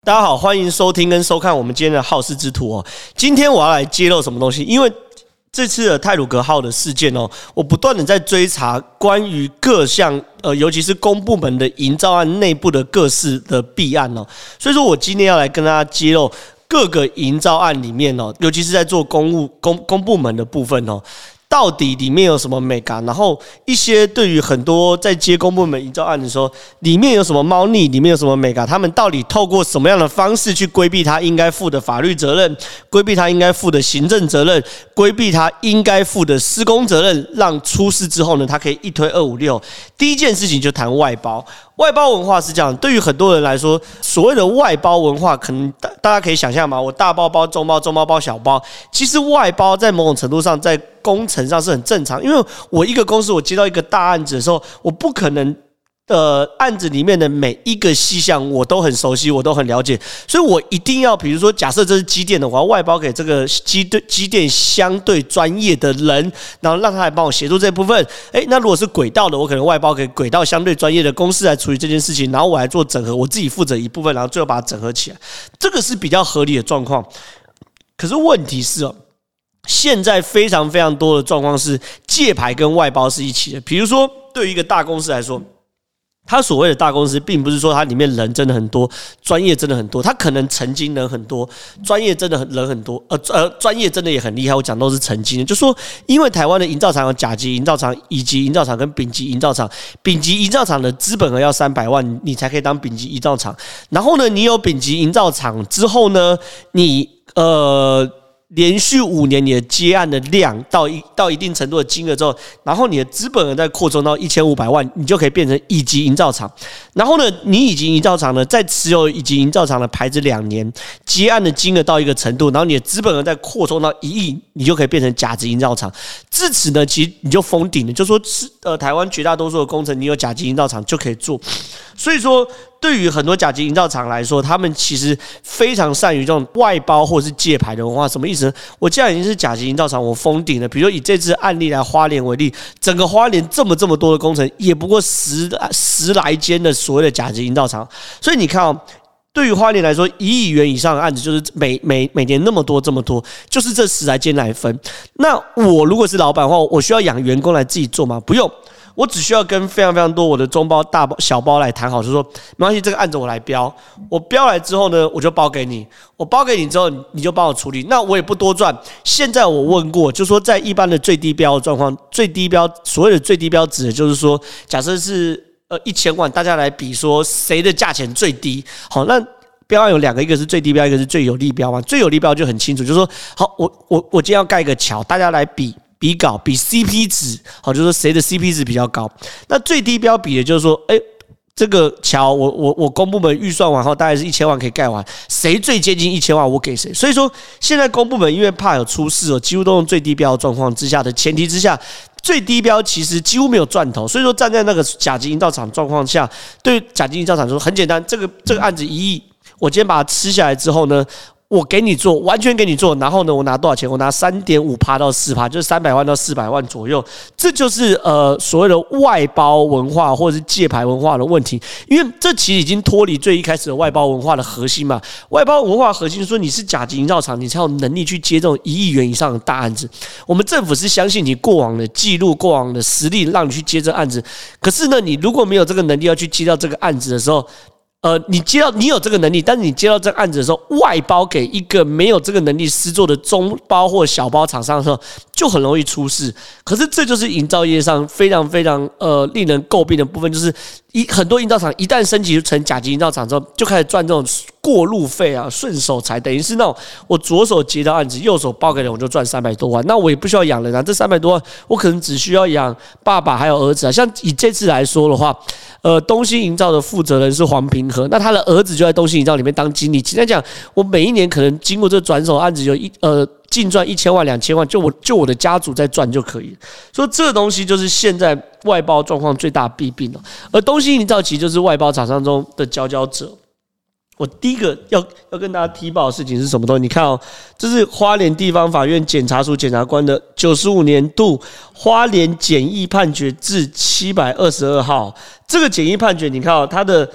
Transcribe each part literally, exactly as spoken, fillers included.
大家好，欢迎收听跟收看我们今天的好事之徒哦。今天我要来揭露什么东西？因为这次的太鲁阁号的事件哦，我不断的在追查关于各项呃，尤其是公部门的营造案内部的各式的弊案哦。所以说我今天要来跟大家揭露各个营造案里面哦，尤其是在做公务公公部门的部分哦。到底里面有什么美感？然后一些对于很多在接公部门营造案的时候，里面有什么猫腻？里面有什么美感？他们到底透过什么样的方式去规避他应该负的法律责任，规避他应该负的行政责任，规避他应该负的施工责任，让出事之后呢，他可以一推二五六。第一件事情就谈外包。外包文化是这样，对于很多人来说，所谓的外包文化，可能大家可以想象嘛，我大包包、中包、中包包、小包，其实外包在某种程度上，在工程上是很正常，因为我一个公司，我接到一个大案子的时候，我不可能。呃，案子里面的每一个细项我都很熟悉，我都很了解，所以我一定要，比如说，假设这是机电的，我要外包给这个机对机电相对专业的人，然后让他来帮我协助这部分。哎，那如果是轨道的，我可能外包给轨道相对专业的公司来处理这件事情，然后我来做整合，我自己负责一部分，然后最后把它整合起来，这个是比较合理的状况。可是问题是哦，现在非常非常多的状况是借牌跟外包是一起的，比如说对于一个大公司来说。他所谓的大公司，并不是说他里面人真的很多，专业真的很多，他可能曾经人很多，专业真的人很多，呃呃，专业真的也很厉害。我讲都是曾经的，就说因为台湾的营造厂有甲级营造厂、乙级营造厂跟丙级营造厂，丙级营造厂的资本额要三百万，你才可以当丙级营造厂。然后呢，你有丙级营造厂之后呢，你呃。连续五年，你的接案的量到一到一定程度的金额之后，然后你的资本额再扩充到一千五百万，你就可以变成乙级营造厂。然后呢，你乙级营造厂呢，再持有乙级营造厂的牌子两年，接案的金额到一个程度，然后你的资本额再扩充到一亿，你就可以变成甲级营造厂。至此呢，其实你就封顶了，就说呃，台湾绝大多数的工程，你有甲级营造厂就可以做。所以说。对于很多甲级营造厂来说，他们其实非常善于这种外包或是借牌的文化。什么意思呢？我既然已经是甲级营造厂，我封顶了。比如说以这次案例来花莲为例，整个花莲这么这么多的工程，也不过十十来间的所谓的甲级营造厂。所以你看哦。对于花莲来说，一亿元以上的案子就是每每每年那么多这么多，就是这十来间来分。那我如果是老板的话，我需要养员工来自己做吗？不用。我只需要跟非常非常多我的中包、大包、小包来谈好，就是说没关系，这个案子我来标，我标来之后呢，我就包给你，我包给你之后，你就帮我处理，那我也不多赚。现在我问过，就是说在一般的最低标的状况，最低标所谓的最低标指的就是说，假设是呃一千万，大家来比说谁的价钱最低，好，那。标案有两个，一个是最低标，一个是最有利标嘛。最有利标就很清楚，就是说，好，我我我今天要盖一个桥，大家来比比稿，比 C P 值，好，就是说谁的 C P 值比较高。那最低标比的就是说，哎、欸，这个桥我我我公部门预算完后，大概是一千万可以盖完，谁最接近一千万，我给谁。所以说，现在公部门因为怕有出事哦，几乎都用最低标的状况之下的前提之下。最低标其实几乎没有赚头，所以说站在那个甲级营造厂状况下，对甲级营造厂说很简单，这个这个案子一亿，我今天把它吃下来之后呢，我给你做，完全给你做，然后呢，我拿多少钱？我拿 三点五趴 到 百分之四， 就是三百万到四百万左右，这就是呃所谓的外包文化或者是借牌文化的问题，因为这其实已经脱离最一开始的外包文化的核心嘛。外包文化的核心说你是甲级营造厂，你才有能力去接这种一亿元以上的大案子。我们政府是相信你过往的记录、过往的实力，让你去接这案子。可是呢，你如果没有这个能力要去接到这个案子的时候，呃，你接到你有这个能力，但是你接到这个案子的时候，外包给一个没有这个能力施作的中包或小包厂商的时候，就很容易出事。可是这就是营造业上非常非常呃令人诟病的部分，就是一很多营造厂一旦升级成甲级营造厂之后，就开始赚这种过路费啊、顺手财，等于是那种我左手接到案子，右手包给人，我就赚三百多万，那我也不需要养人啊，这三百多万我可能只需要养爸爸还有儿子啊。像以这次来说的话，呃，东兴营造的负责人是黄平和，那他的儿子就在东兴营造里面当经理。简单讲，我每一年可能经过这转手案子有一呃。净赚一千万、两千万，就我就我的家族在赚就可以了。所以这个东西就是现在外包状况最大的弊病了。而东兴营造其实就是外包厂商中的佼佼者。我第一个要要跟大家提报的事情是什么东西？你看哦，这是花莲地方法院检察署检察官的九十五年度花莲简易判决字七百二十二号。这个简易判决，你看哦，它的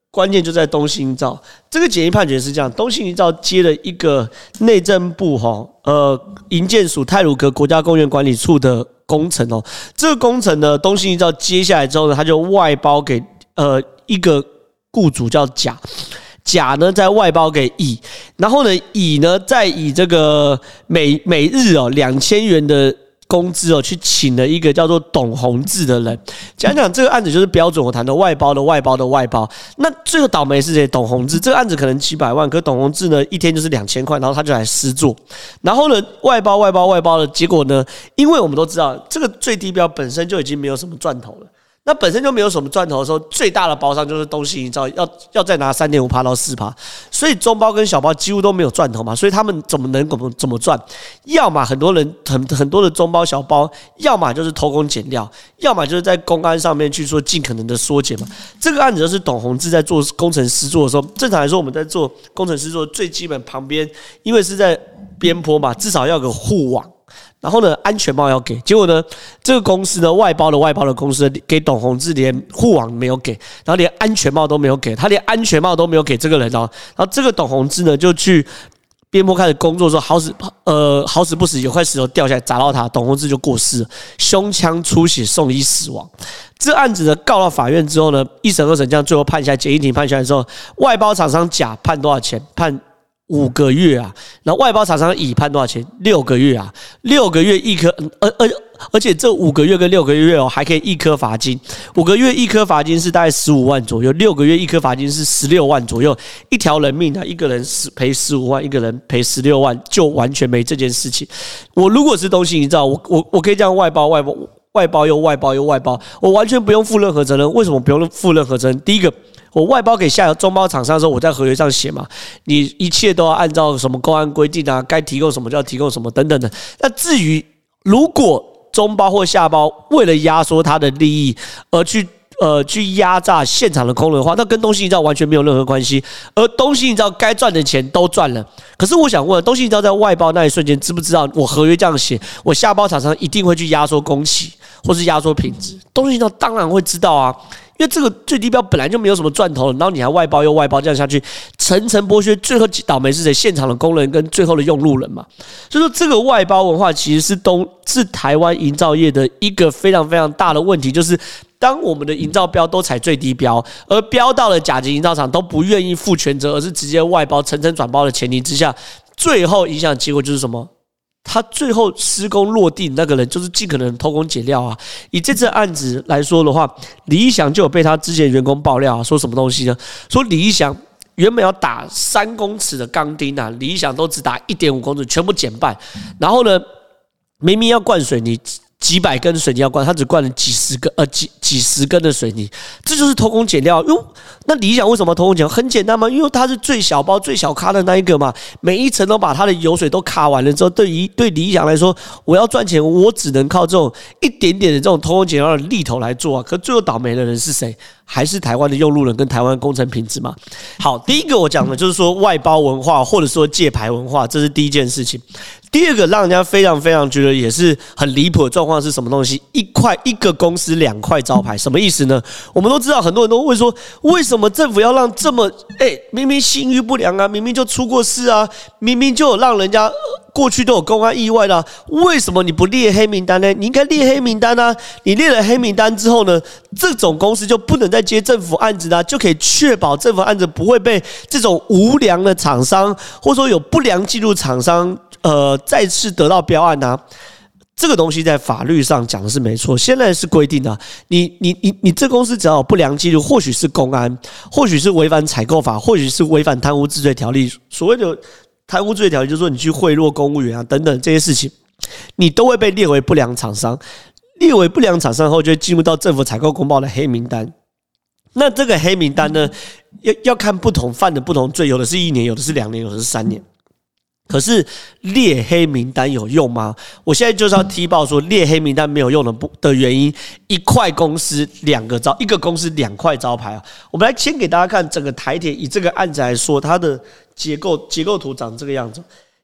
关键就在东兴营造。这个简易判决是这样：东兴营造接了一个内政部哈呃营建署太鲁阁国家公园管理处的工程哦。这个工程呢，东兴营造接下来之后呢，他就外包给呃一个雇主叫甲，甲呢再外包给乙，然后呢乙呢再以这个每每日哦两千元的工资哦，去请了一个叫做董宏志的人。讲讲这个案子就是标准我谈的外包的外包的外包。那最后倒霉是谁？董宏志这个案子可能几百万，可董宏志呢一天就是两千块，然后他就来施作。然后呢外包外包外包的结果呢，因为我们都知道这个最低标本身就已经没有什么赚头了。那本身就没有什么赚头的时候，最大的包商就是东兴营造，要要再拿 百分之三点五 到 百分之四， 所以中包跟小包几乎都没有赚头嘛，所以他们怎么能怎么怎么赚？要么很多人很很多的中包小包，要么就是偷工减料，要么就是在公安上面去说尽可能的缩减嘛。这个案子就是董宏志在做工程师做的时候，正常来说我们在做工程师做最基本旁边，因为是在边坡嘛，至少要有个护网。然后呢，安全帽要给，结果呢，这个公司呢，外包的外包的公司给董宏志连护网没有给，然后连安全帽都没有给，他连安全帽都没有给这个人哦。然后这个董宏志呢，就去边坡开始工作的时候，好死呃好死不死，有块石头掉下来砸到他，董宏志就过世了，胸腔出血送医死亡。这案子呢告到法院之后呢，一审二审这样最后判下来，简易庭判下来之后，外包厂商甲判多少钱？判五个月啊，然后外包厂商乙判多少钱？六个月啊，六个月一颗，而而而且这五个月跟六个月哦，还可以一颗罚金。五个月一颗罚金是大概十五万左右，六个月一颗罚金是十六万左右。一条人命啊，一个人赔十五万，一个人赔十六万，就完全没这件事情。我如果是东兴营造，我我我可以这样外包外包外包又外包又外包，我完全不用负任何责任。为什么不用负任何责任？第一个，我外包给下游中包厂商的时候，我在合约上写嘛，你一切都要按照什么公安规定啊，该提供什么就要提供什么等等的。那至于如果中包或下包为了压缩他的利益而去呃去压榨现场的工人的话，那跟东兴营造完全没有任何关系。而东兴营造该赚的钱都赚了，可是我想问，东兴营造在外包那一瞬间，知不知道我合约这样写，我下包厂商一定会去压缩工期或是压缩品质？东兴营造当然会知道啊。因为这个最低标本来就没有什么赚头，然后你还外包又外包，这样下去层层剥削，最后倒霉是谁？现场的工人跟最后的用路人嘛。所以说这个外包文化其实是东是台湾营造业的一个非常非常大的问题，就是当我们的营造标都采最低标，而标到了甲级营造厂都不愿意负全责，而是直接外包层层转包的前提之下，最后影响结果就是什么？他最后施工落地那个人就是尽可能偷工减料啊！以这次案子来说的话，李义祥就有被他之前员工爆料啊，说什么东西呢？说李义祥原本要打三公尺的钢钉啊，李义祥都只打一点五公尺，全部减半。然后呢，明明要灌水泥，几百根水泥要灌，他只灌了几十根呃几几十根的水泥，这就是偷工减料。哟，那理想为什么偷工减料？很简单嘛，因为他是最小包最小咖的那一个嘛，每一层都把他的油水都卡完了之后，对于对理想来说，我要赚钱，我只能靠这种一点点的这种偷工减料的利头来做啊。可最后倒霉的人是谁？还是台湾的用路人跟台湾工程品质嘛。好，第一个我讲的就是说外包文化或者说借牌文化，这是第一件事情。第二个让人家非常非常觉得也是很离谱的状况是什么东西？一块一个公司两块招牌，什么意思呢？我们都知道，很多人都会说，为什么政府要让这么哎、欸，明明信誉不良啊，明明就出过事啊，明明就有让人家。过去都有公安意外啦、啊，为什么你不列黑名单呢？你应该列黑名单啊！你列了黑名单之后呢，这种公司就不能再接政府案子啦、啊，就可以确保政府案子不会被这种无良的厂商，或者说有不良记录厂商，呃，再次得到标案啊。这个东西在法律上讲的是没错，现在是规定的、啊，你你你你这公司只要有不良记录，或许是公安，或许是违反采购法，或许是违反贪污治罪条例，所谓的。贪污罪条例就是说，你去贿赂公务员啊等等这些事情，你都会被列为不良厂商。列为不良厂商后，就会进入到政府采购公报的黑名单。那这个黑名单呢，要要看不同犯的不同罪，有的是一年，有的是两年，有的是三年。可是列黑名单有用吗？我现在就是要踢爆说列黑名单没有用的不的原因，一块公司两个招，一个公司两块招牌啊。我们来先给大家看整个台铁以这个案子来说，它的结构结构图长这个样子。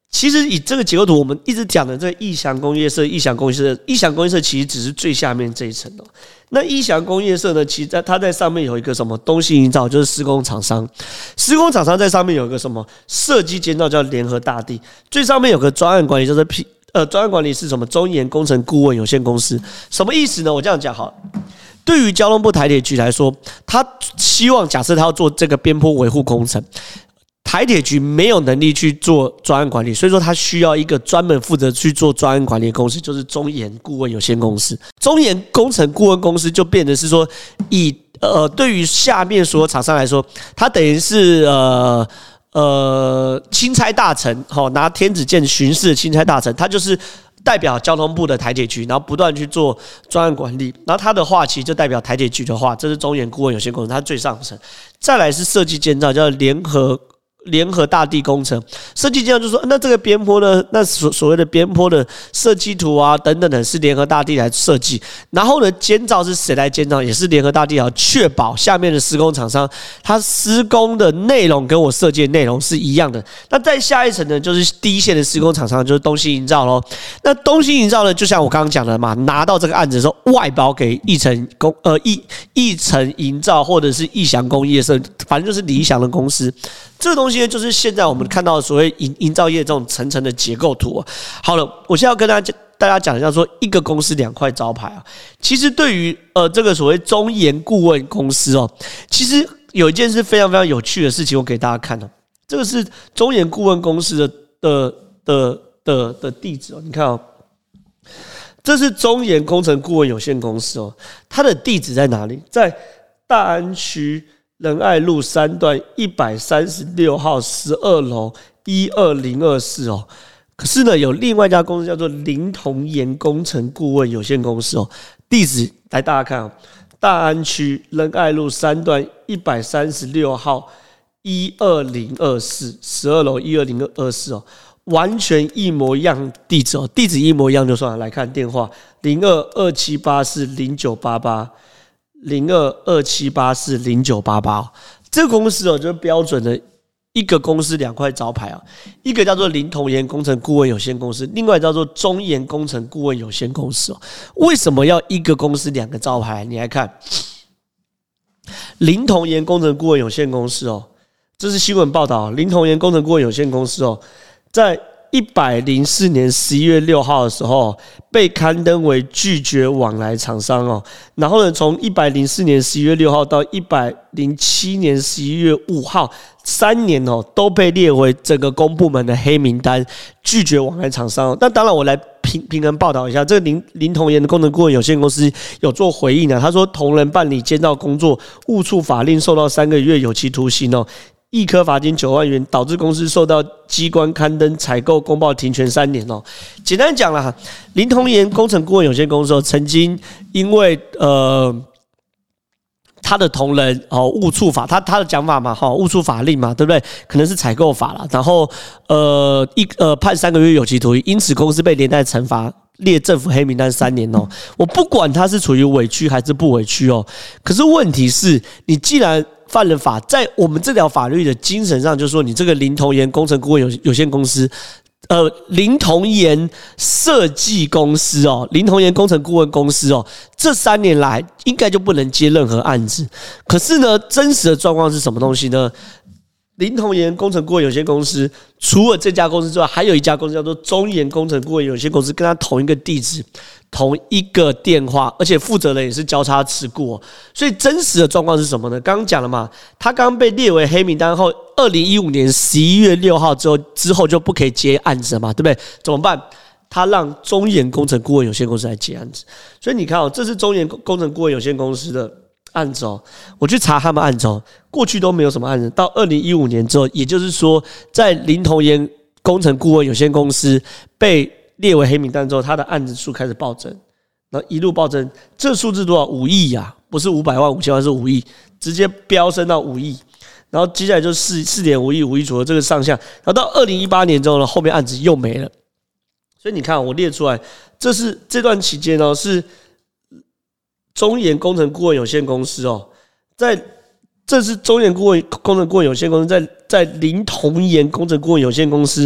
其实以这个结构图，我们一直讲的这个义祥工业社、义祥工业社、义祥工业社，其实只是最下面这一层哦。那义祥工业社呢，其实在它在上面有一个什么东西营造，就是施工厂商。施工厂商在上面有一个什么设计监造，叫联合大地。最上面有个专案管理，叫做 P 呃专案管理是什么？中研工程顾问有限公司。什么意思呢？我这样讲好了。对于交通部台铁局来说，他希望假设他要做这个边坡维护工程。台铁局没有能力去做专案管理，所以说他需要一个专门负责去做专案管理的公司，就是中研顾问有限公司。中研工程顾问公司就变成是说，以呃对于下面所有厂商来说，它等于是呃呃钦差大臣，好、哦、拿天子剑巡视的钦差大臣，他就是代表交通部的台铁局，然后不断去做专案管理。然后他的话其实就代表台铁局的话，这是中研顾问有限公司，它最上层。再来是设计建造，叫联合。联合大地工程设计这样就说，那这个边坡呢？那所所谓的边坡的设计图啊，等等的，是联合大地来设计。然后呢，监造是谁来监造？也是联合大地来确保下面的施工厂商，他施工的内容跟我设计的内容是一样的。那再下一层呢，就是第一线的施工厂商，就是东西营造咯。那东西营造呢，就像我刚刚讲的嘛，拿到这个案子的时候，外包给义成工呃义义成营造或者是义祥工业社，反正就是理想的公司。这个东西就是现在我们看到的所谓营营造业这种层层的结构图、啊。好了，我现在要跟大家大家讲一下，说一个公司两块招牌啊。其实对于呃这个所谓中研顾问公司哦，其实有一件事非常非常有趣的事情，我给大家看哦。这个是中研顾问公司的的的的的地址哦，你看哦，这是中研工程顾问有限公司哦，它的地址在哪里？在大安区仁爱路三段一百三十六号十二楼一二零二四哦。可是呢，有另外一家公司叫做林同研工程顾问有限公司哦，地址来大家看哦，大安区仁爱路三段一百三十六号一二零二四十二楼一二零二四哦，完全一模一样地址哦，地址一模一样就算了。来看电话零二二七八四零九八八。零二二七八四零九八八，这个公司哦，就是标准的一个公司两块招牌啊，一个叫做林同研工程顾问有限公司，另外叫做中研工程顾问有限公司哦。为什么要一个公司两个招牌？你来看，林同研工程顾问有限公司哦，这是新闻报道，林同研工程顾问有限公司哦，在一百零四年十一月六号的时候，被刊登为拒绝往来厂商哦。然后呢，从一百零四年十一月六号到一百零七年十一月五号，三年哦，都被列为整个公部门的黑名单，拒绝往来厂商、哦。那当然，我来平平衡报道一下，这个林林同研的工程顾问有限公司有做回应呢、啊。他说，同仁办理监造工作误触法令，受到三个月有期徒刑哦。一科罚金九万元，导致公司受到机关刊登采购公报停权三年哦。简单讲啦，林同研工程顾问有限公司曾经因为呃他的同仁哦误触法，他他的讲法嘛哈误触法令嘛，对不对？可能是采购法啦，然后呃一呃判三个月有期徒刑，因此公司被连带惩罚。列政府黑名单三年哦，我不管他是处于委屈还是不委屈哦，可是问题是你既然犯了法，在我们这条法律的精神上，就是说你这个林同研工程顾问有有限公司，呃，林同研设计公司哦，林同研工程顾问公司哦，这三年来应该就不能接任何案子。可是呢，真实的状况是什么东西呢？林同研工程顾问有限公司除了这家公司之外，还有一家公司叫做中研工程顾问有限公司，跟他同一个地址、同一个电话，而且负责人也是交叉持股、哦。所以真实的状况是什么呢？刚刚讲了嘛，他刚刚被列为黑名单后，二零一五年十一月六号之后之后就不可以接案子了嘛，对不对？怎么办？他让中研工程顾问有限公司来接案子。所以你看哦，这是中研工程顾问有限公司的案子哦，我去查他们案子哦，过去都没有什么案子，到二零一五年之后，也就是说，在林同研工程顾问有限公司被列为黑名单之后，他的案子数开始暴增，然后一路暴增，这数字多少？五亿呀，不是五百万、五千万，是五亿，直接飙升到五亿。然后接下来就四四点五亿、五亿左右这个上下，然后到二零一八年之后呢，后面案子又没了。所以你看，我列出来，这是这段期间呢是。中研工程顾问有限公司哦，在这是中研顾问工程顾问有限公司在在林同研工程顾问有限公司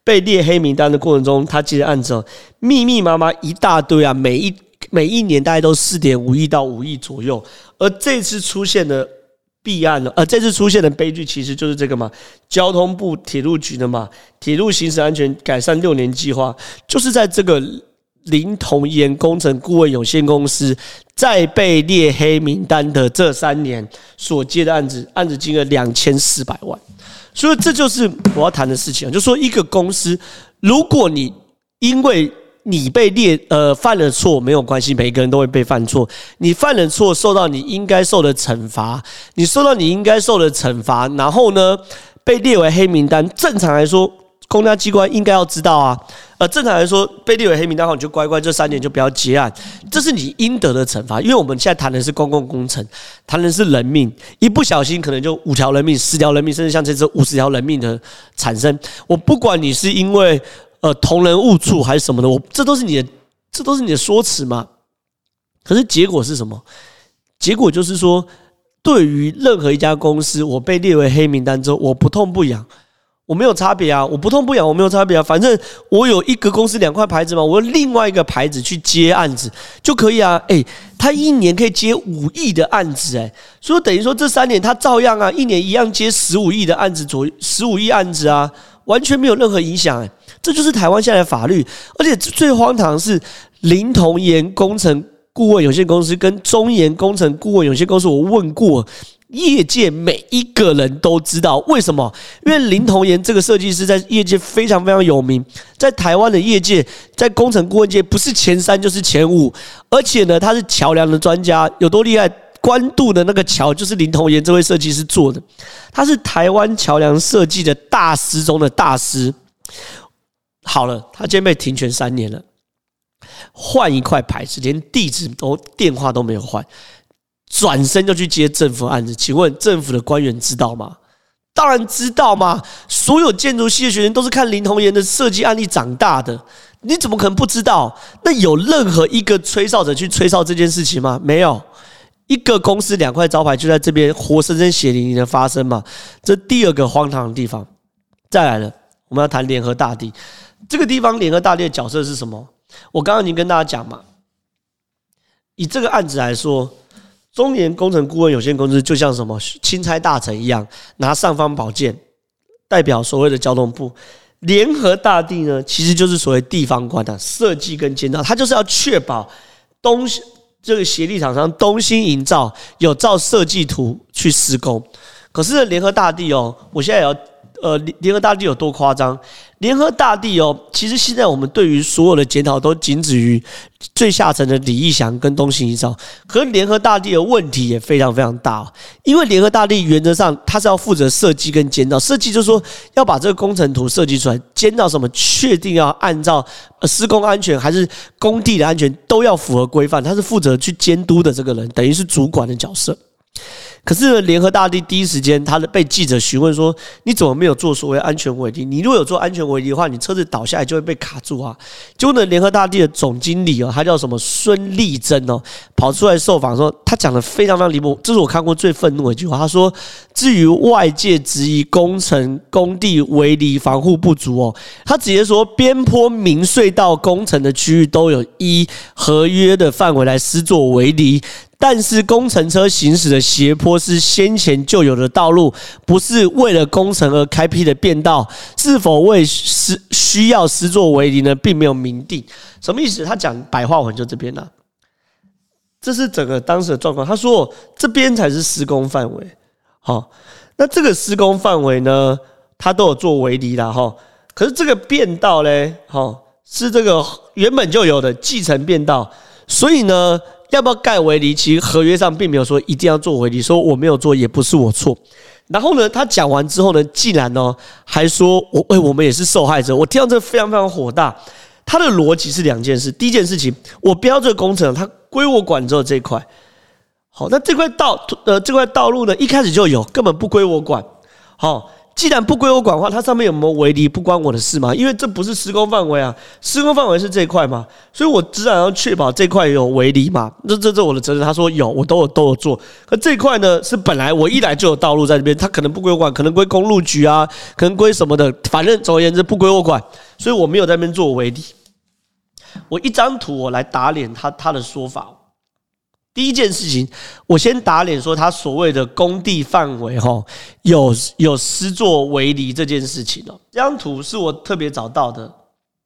被列黑名单的过程中，他接的案子哦，密密麻麻一大堆啊，每一每一年大概都 四点五亿到五亿左右。而这次出现的弊案呢，呃，这次出现的悲剧其实就是这个嘛，交通部铁路局的嘛，铁路行驶安全改善六年计划，就是在这个林同研工程顾问有限公司在被列黑名单的这三年所接的案子，案子金额两千四百万。所以这就是我要谈的事情，就是说一个公司，如果你因为你被列呃犯了错没有关系，每个人都会被犯错。你犯了错，受到你应该受的惩罚，你受到你应该受的惩罚，然后呢被列为黑名单。正常来说，公家机关应该要知道啊。呃，正常来说，被列为黑名单后，你就乖乖这三年就不要结案，这是你应得的惩罚。因为我们现在谈的是公共工程，谈的是人命，一不小心可能就五条人命、十条人命，甚至像这次五十条人命的产生。我不管你是因为呃同人误触还是什么的，我这都是你的，这都是你的说辞嘛。可是结果是什么？结果就是说，对于任何一家公司，我被列为黑名单之后，我不痛不痒。我没有差别啊，我不痛不痒，我没有差别啊。反正我有一个公司两块牌子嘛，我用另外一个牌子去接案子就可以啊。哎、欸，他一年可以接五亿的案子、欸，哎，所以等于说这三年他照样啊，一年一样接十五亿的案子左右，十五亿案子啊，完全没有任何影响、欸。哎，这就是台湾现在的法律。而且最荒唐的是，林同研工程顾问有限公司跟中研工程顾问有限公司，我问过。业界每一个人都知道为什么？因为林同研这个设计师在业界非常非常有名，在台湾的业界，在工程顾问界不是前三就是前五，而且呢，他是桥梁的专家，有多厉害？关渡的那个桥就是林同研这位设计师做的，他是台湾桥梁设计的大师中的大师。好了，他今天被停权三年了，换一块牌子，连地址都电话都没有换。转身就去接政府案子，请问政府的官员知道吗？当然知道嘛！所有建筑系的学生都是看林同研的设计案例长大的，你怎么可能不知道？那有任何一个吹哨者去吹哨这件事情吗？没有，一个公司两块招牌就在这边活生生血淋淋的发生嘛。这第二个荒唐的地方，再来了，我们要谈联合大地这个地方，联合大地的角色是什么？我刚刚已经跟大家讲嘛，以这个案子来说。中研工程顾问有限公司就像什么钦差大臣一样，拿尚方宝剑代表所谓的交通部。联合大地呢，其实就是所谓地方官的设计跟监造，它就是要确保东这个协力厂商东兴营造有照设计图去施工。可是联合大地哦，我现在也要呃，联合大地有多夸张？联合大地哦，其实现在我们对于所有的检讨都仅止于最下层的李义祥跟东兴营造，可是联合大地的问题也非常非常大、哦，因为联合大地原则上它是要负责设计跟监造，设计就是说要把这个工程图设计出来，监造什么确定要按照施工安全还是工地的安全都要符合规范，他是负责去监督的这个人，等于是主管的角色。可是联合大地第一时间，他被记者询问说：“你怎么没有做所谓安全围篱？你如果有做安全围篱的话，你车子倒下来就会被卡住啊！”结果呢，联合大地的总经理哦，他叫什么孙立珍哦，跑出来受访说，他讲的非常非常离谱，这是我看过最愤怒的一句话。他说：“至于外界质疑工程工地围篱防护不足哦，他直接说边坡明隧道工程的区域都有依合约的范围来施作围篱。”但是工程车行驶的斜坡是先前就有的道路，不是为了工程而开辟的便道，是否为施需要施作围篱呢，并没有明定。什么意思？他讲白话文就这边啦、啊，这是整个当时的状况。他说这边才是施工范围，好，那这个施工范围呢，他都有做围篱啦，哈。可是这个便道嘞，哈，是这个原本就有的继承便道，所以呢。要不要盖围篱？其实合约上并没有说一定要做围篱，说我没有做也不是我错。然后呢，他讲完之后呢，竟然呢还说我哎、欸，我们也是受害者。我听到这非常非常火大。他的逻辑是两件事：第一件事情，我标这个工程，它归我管之后这一块，好，那这块道呃这块道路呢一开始就有，根本不归我管。好， 既然不归我管的话，它上面有没有围篱不关我的事嘛？因为这不是施工范围啊，施工范围是这一块嘛，所以我自然要确保这块有围篱嘛。这这这我的责任。他说有，我都有都有做。可这一块呢，是本来我一来就有道路在这边，它可能不归我管，可能归公路局啊，可能归什么的，反正总而言之不归我管，所以我没有在那边做围篱。我一张图我来打脸他他的说法。第一件事情，我先打脸说他所谓的工地范围齁有有施作围篱这件事情哦。这张图是我特别找到的，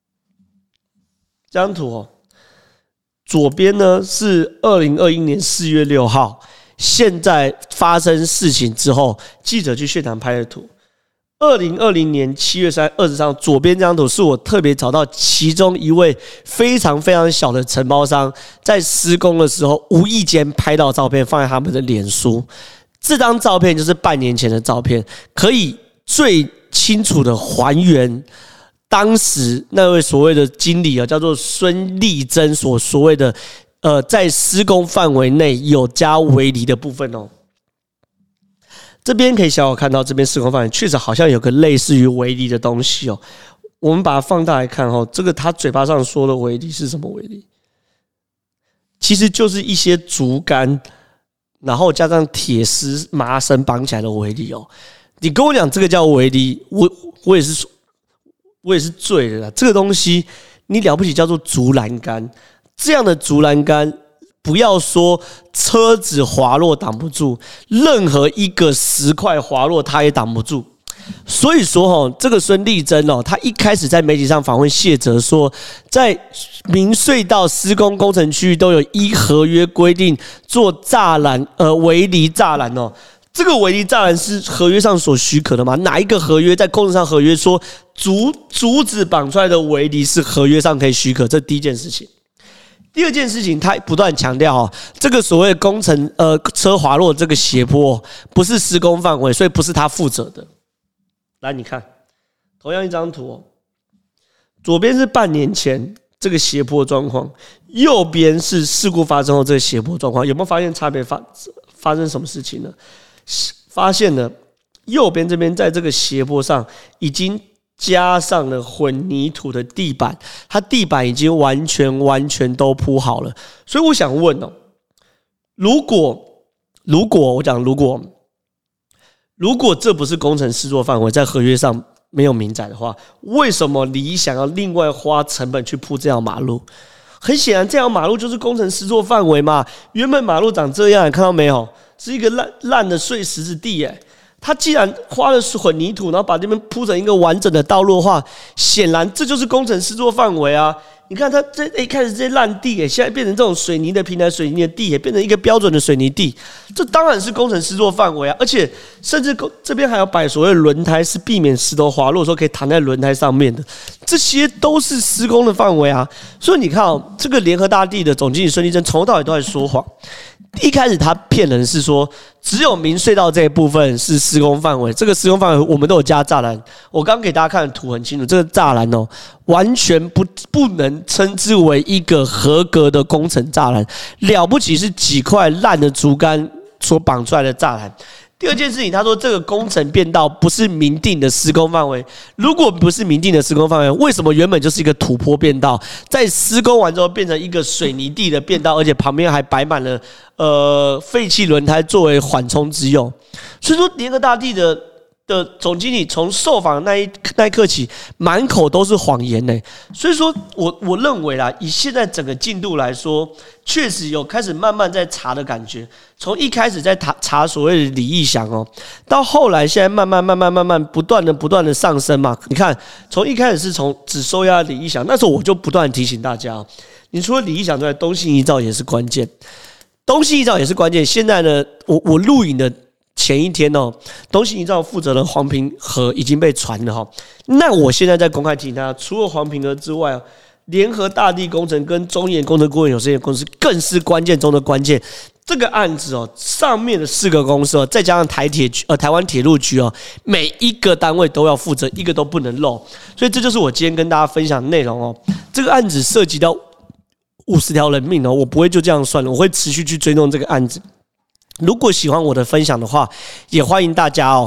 这张图哦，左边呢是二零二一年四月六号，现在发生事情之后，记者去现场拍的图。二零二零年七月二十三号，左边这张图是我特别找到其中一位非常非常小的承包商在施工的时候无意间拍到照片，放在他们的脸书。这张照片就是半年前的照片，可以最清楚的还原当时那位所谓的经理啊，叫做孙丽珍所所谓的呃，在施工范围内有加围篱的部分哦。这边可以小小看到，这边施工范围确实好像有个类似于围篱的东西哦。我们把它放大来看哦，这个他嘴巴上说的围篱是什么围篱？其实就是一些竹竿，然后加上铁丝、麻绳绑起来的围篱哦。你跟我讲这个叫围篱，我我也是我也是醉的啦。这个东西你了不起叫做竹栏杆，这样的竹栏杆。不要说车子滑落挡不住，任何一个石块滑落它也挡不住。所以说齁，这个孙丽珍哦，他一开始在媒体上访问谢哲说，在明隧道施工工程区域都有依合约规定做栅栏，呃，围篱栅栏哦。这个围篱栅栏是合约上所许可的吗？哪一个合约在工程上合约说竹竹子绑出来的围篱是合约上可以许可？这第一件事情。第二件事情，他不断强调哦，这个所谓的工程呃车滑落这个斜坡不是施工范围，所以不是他负责的。来，你看，同样一张图哦，左边是半年前这个斜坡状况，右边是事故发生后这个斜坡状况，有没有发现差别发发生什么事情呢？发现了右边这边在这个斜坡上已经。加上了混凝土的地板，它地板已经完全完全都铺好了。所以我想问哦，如果如果我讲如果如果这不是工程施作范围，在合约上没有明载的话，为什么你想要另外花成本去铺这条马路？很显然，这条马路就是工程施作范围嘛。原本马路长这样，你看到没有？是一个烂烂的碎石子地耶。他既然花了混凝土，然后把这边铺成一个完整的道路的话，显然这就是工程施作范围啊！你看他这一开始这些烂地，现在变成这种水泥的平台水泥的地，也变成一个标准的水泥地，这当然是工程施作范围啊！而且甚至这边还有摆所谓的轮胎，是避免石头滑落的时候可以躺在轮胎上面的，这些都是施工的范围啊！所以你看哦，这个联合大地的总经理孙立珍从头到尾都在说谎。一开始他骗人是说，只有明隧道这一部分是施工范围，这个施工范围我们都有加栅栏。我刚给大家看的图很清楚，这个栅栏哦，完全不不能称之为一个合格的工程栅栏，了不起是几块烂的竹竿所绑出来的栅栏。第二件事情，他说这个工程变道不是明定的施工范围。如果不是明定的施工范围，为什么原本就是一个土坡变道，在施工完之后变成一个水泥地的变道，而且旁边还摆满了呃废弃轮胎作为缓冲之用？所以说，联合大地的的总经理从受访那一那一刻起，满口都是谎言呢。所以说我我认为啦，以现在整个进度来说，确实有开始慢慢在查的感觉。从一开始在查查所谓的李义祥哦，到后来现在慢慢慢慢慢慢不断的不断的上升嘛。你看，从一开始是从只收押李义祥，那时候我就不断提醒大家，你除了李义祥之外，东信遗造也是关键，东信遗造也是关键。现在呢，我我录影的前一天哦，东信遗造负责人黄平和已经被传了哈。那我现在在公开提醒大家，除了黄平和之外，联合大地工程跟中研工程顾问有限公司更是关键中的关键。这个案子哦，上面的四个公司哦，再加上台铁局呃台湾铁路局哦，每一个单位都要负责，一个都不能漏。所以这就是我今天跟大家分享的内容哦。这个案子涉及到五十条人命哦，我不会就这样算了，我会持续去追踪这个案子。如果喜欢我的分享的话，也欢迎大家哦。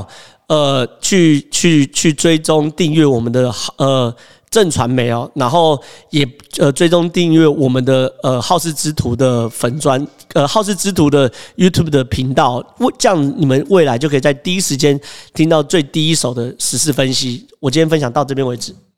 呃去去去追踪订阅我们的呃。正传媒哦，然后也呃追踪订阅我们的呃好事之徒的粉专，呃好事之徒的 YouTube 的频道，这样你们未来就可以在第一时间听到最第一手的时事分析。我今天分享到这边为止。